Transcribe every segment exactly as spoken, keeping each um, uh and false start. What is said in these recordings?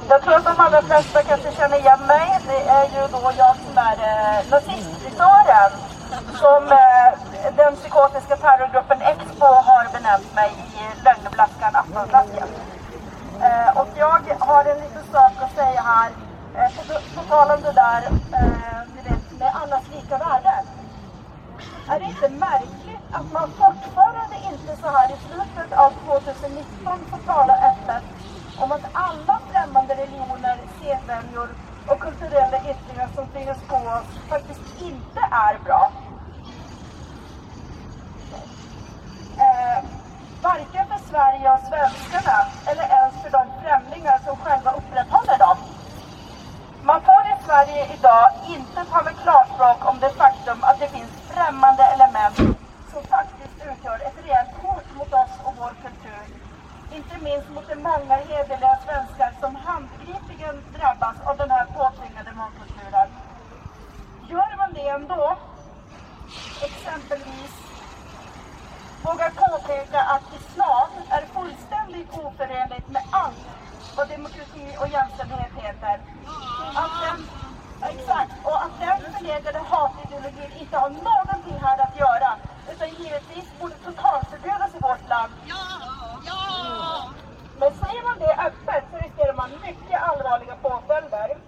Jag tror att de allra flesta kanske känner igen mig. Det är ju då jag som är eh, nazistfrisören som eh, den psykotiska terrorgruppen Expo har benämnt mig i lögnblaskan Aftonblaskan. Eh, och jag har en liten sak att säga här eh, på, på tal om det där eh, ni vet, med allas lika värde. Är det inte märkligt att man fortfarande inte så här i slutet av tjugonitton får tala öppet om att alla främmande religioner, sedvänjor och kulturella yttringar som tvingas på oss faktiskt inte är bra? Eh, varken för Sverige och svenskarna eller ens för de främlingar som själva upprätthåller dem. Man får i Sverige idag inte tala klarspråk om det faktum att det finns främmande element som faktiskt utgör ett rejält hot mot oss och vår kultur. Inte minst mot de många hederliga svenskar som handgripligen drabbas av den här påtvingade mångkulturen. Gör man det ändå, exempelvis vågar påpeka att islam är fullständigt oförenligt med allt vad demokrati och jämställdhet heter. Att den, exakt, och att den förlegade hatideologin inte har någonting här att göra, utan givetvis borde totalförbjudas i vårt land. Men säger man det öppet så riskerar man mycket allvarliga påföljder.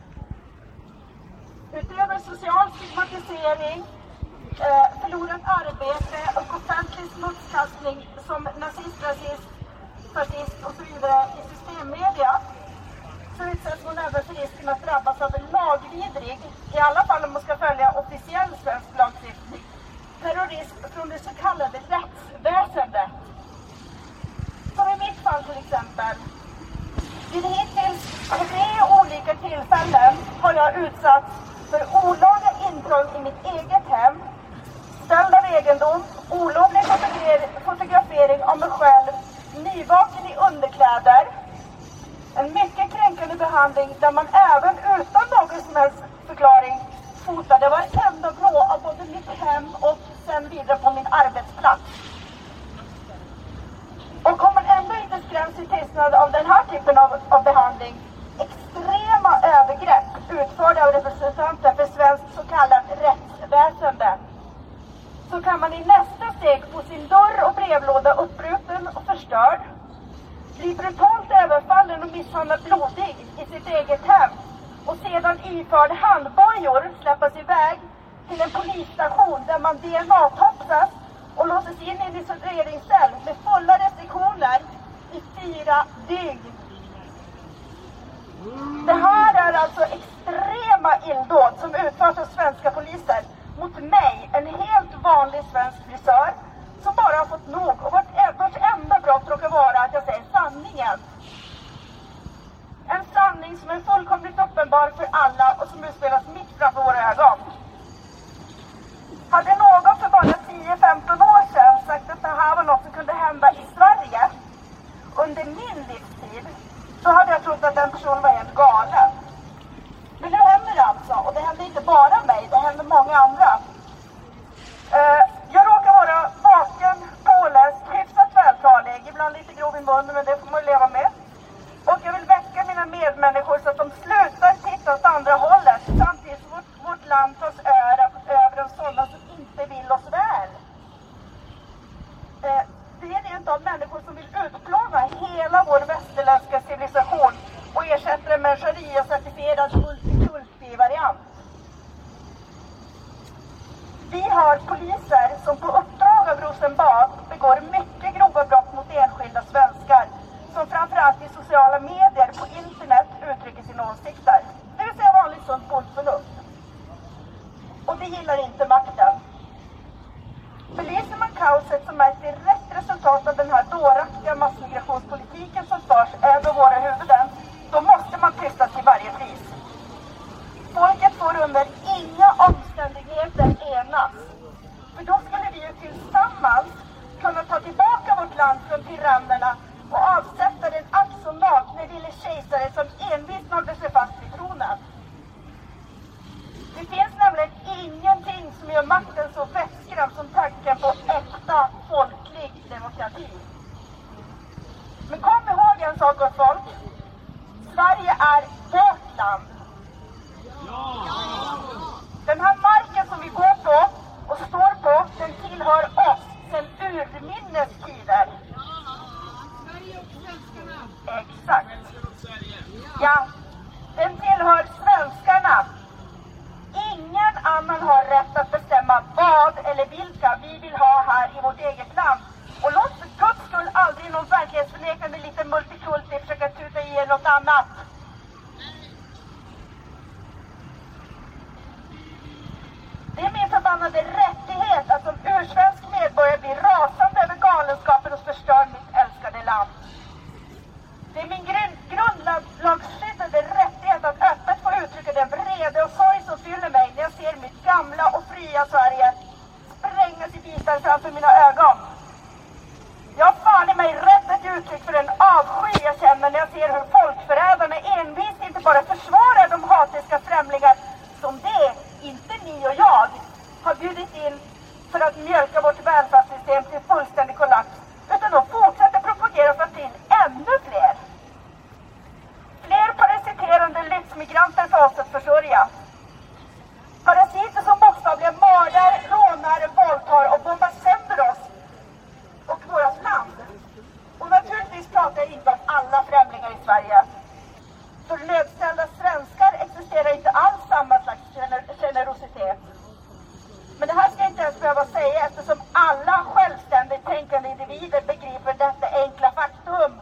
Utöver social stigmatisering, eh, förlorat arbete och offentlig smutskastning som nazist, rasist, fascist och så vidare i systemmedia, så utsätts hon även för risken att drabbas av en lagvidrig, i alla fall om man ska följa officiell svensk lagstiftning, terrorism från det så kallade rättsväsendet. Som i mitt fall till exempel. Vid hittills tre olika tillfällen har jag utsatts för olaga intrång i mitt eget hem, stöld av egendom, olovlig fotografering av mig själv, nyvaken i underkläder, en mycket kränkande behandling där man även utan någon som helst förklaring fotade varenda vrå av både mitt hem och sen vidare på min arbetsplats. Och om man ändå inte skräms i tystnad av den här typen av, av behandling, extrema övergrepp utförda av representanter för svenskt så kallat rättsväsende, så kan man i nästa steg få sin dörr och brevlåda uppbruten och förstörd, bli brutalt överfallen och misshandlad blodig i sitt eget hem och sedan iförd handbojor släppas iväg till en polisstation där man D N A-topsas och låses in i en isoleringscell med fulla restriktioner i fyra dygn. Det här är alltså extrema illdåd som utförs av svenska poliser mot mig, en helt vanlig svensk frisör som bara har fått nog och vart, vart enda brott råkar vara att jag säger sanningen. En sanning som är fullkomligt uppenbar för alla och som utspelas mitt framför våra ögon. Hade någon för bara tio femton år sedan sagt att det här var något som kunde hända i Sverige under min livstid, så hade jag trott att den personen var helt galen. Men nu händer det alltså, och det händer inte bara mig, det händer många andra. Uh, jag råkar vara vaken, påläst, hyfsat vältalig, ibland lite grov i munnen, men det får man leva med. Och jag vill väcka mina medmänniskor så att de slutar titta åt andra hållet, samtidigt som vårt, vårt land tas över, över av sådana som inte vill oss väl. Uh, det är rent av människor som vill utplåna hela vår västerländska civilisation och ersätta den med en sharia-certifierad multikulti-variant. Vi har poliser som på uppdrag av Rosenbad begår mycket grova brott mot enskilda svenskar som framförallt i sociala medier på internet uttrycker sina åsikter. Det vill säga vanligt sunt bondförnuft. Och det gillar inte makten. Belyser man kaoset som är ett direkt resultat av den här dåraktiga massmigrationspolitiken som förs över våra huvuden, då måste man tystas till varje pris. Folket får under inga omständigheter enas. För då skulle vi ju tillsammans kunna ta tillbaka vårt land från tyrannerna och avsätta den ack så nakne lille kejsare som envist nådde sig fast vid tronen. Det finns nämligen ingenting som gör makten så vätskram som tanken på äkta folklig demokrati. Men kom ihåg en sak, gott folk. Sverige är vårt land. Den här marken som vi går på och står på, den tillhör oss sedan urminnes tider. Exakt. Ja, den tillhör svenskarna. Ingen annan har rätt att bestämma vad eller vilka vi vill ha här i vårt eget land. Och låt för guds skull aldrig någon verklighetsförnekande liten multikulti försöka tuta i er något annat. Det är min förbannade rättighet att som ursvensk medborgare bli rasande över galenskapen och förstör mitt älskade land. Det är min grund, grundlagsskyddade rättighet att öppet få uttrycka den vrede och sorg som fyller mig när jag ser mitt gamla och fria Sverige sprängas i bitar framför mina ögon. Jag har fan i mig rätt att uttryck för den avsky jag känner när jag ser hur folkförrädarna envist inte bara försvarar de hatiska främlingar som det, inte ni och jag, har bjudit in för att mjölka vårt välfärdssystem till fullständig kollaps, utan de fortsätter propagera för att till ännu fler. Fler parasiterande lyxmigranter för oss att försörja. Parasiter som bokstavligen mördar, rånar, våldtar och bombar sönder oss och vårt land. Och naturligtvis pratar jag inte om alla främlingar i Sverige. För nödställda svenskar existerar inte alls samma slags generositet. Men det här ska jag inte ens behöva säga eftersom alla självständigt tänkande individer begriper detta enkla faktum.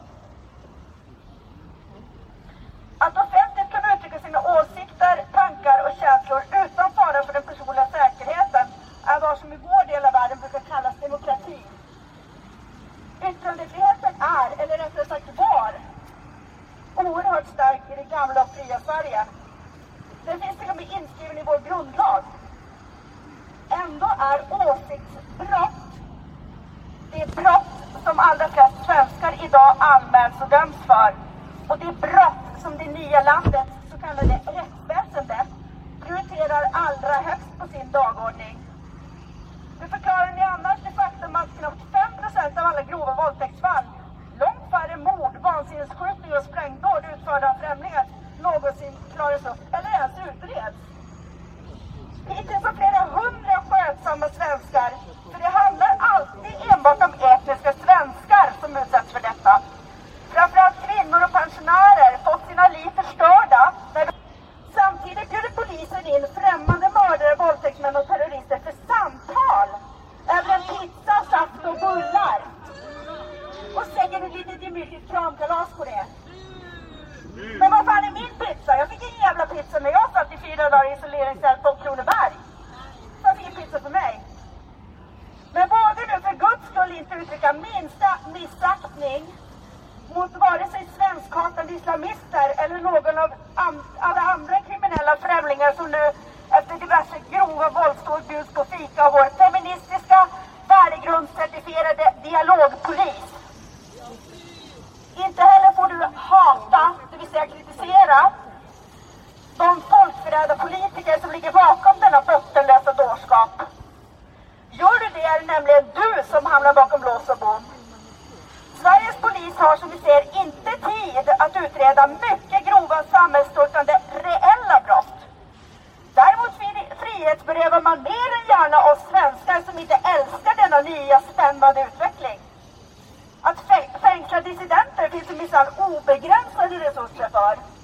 Att offentligt kunna uttrycka sina åsikter, tankar och känslor utan fara för den personliga säkerheten är vad som i vår del av världen brukar kallas demokrati. Yttrandefriheten är, eller rättare sagt var, oerhört stark i det gamla och fria Sverige. Den finns till och med inskriven i vår grundlag. Ändå är åsiktsbrott det är brott som allra flest svenskar idag anmäls och döms för. Och det är brott som det nya landets så kallade rättsväsendet prioriterar allra högst på sin dagordning. Hur förklarar ni annars det faktum att knappt fem procent av alla grova våldtäktsfall, långt färre mord, vansinnesskjutningar och sprängdåd utförda av främlingar någonsin klaras upp eller ens utreds? Hittills har flera hundra skötsamma svenskar, för det handlar alltid enbart om etniska svenskar som utsätts för detta. Framförallt kvinnor och pensionärer fått sina liv förstörda. När de... Samtidigt bjuder polisen in främmande mördare, våldtäktsmän och terrorister för samtal över en pizza, saft och bullar. Och säger ett litet gemytligt kramkalas på det. Men vad fan är min pizza? Jag fick en jävla pizza när jag satt i fyra dagar i isoleringscell på Kronoberg. Så fick pizza för mig. Men vågar nu för guds skull inte uttrycka minsta missaktning mot vare sig svenskhatande islamister eller någon av an- alla andra kriminella främlingar som nu efter diverse grova våldsdåd bjuds på fika av vår feministiska, värdegrundscertifierade dialogpolis. Inte heller får du hata, det vill säga kritisera, de folkförrädda politiker som ligger bakom denna bottenlösa dårskap. Gör du det är det nämligen du som hamnar bakom lås och bom. Sveriges polis har som vi ser inte tid att utreda mycket grova samhällsstörtande reella brott. Däremot frihetsberövar man mer än gärna oss svenskar som inte älskar denna nya spännande utveckling. Att fängsla dissidenter finns det minsann obegränsade resurser för.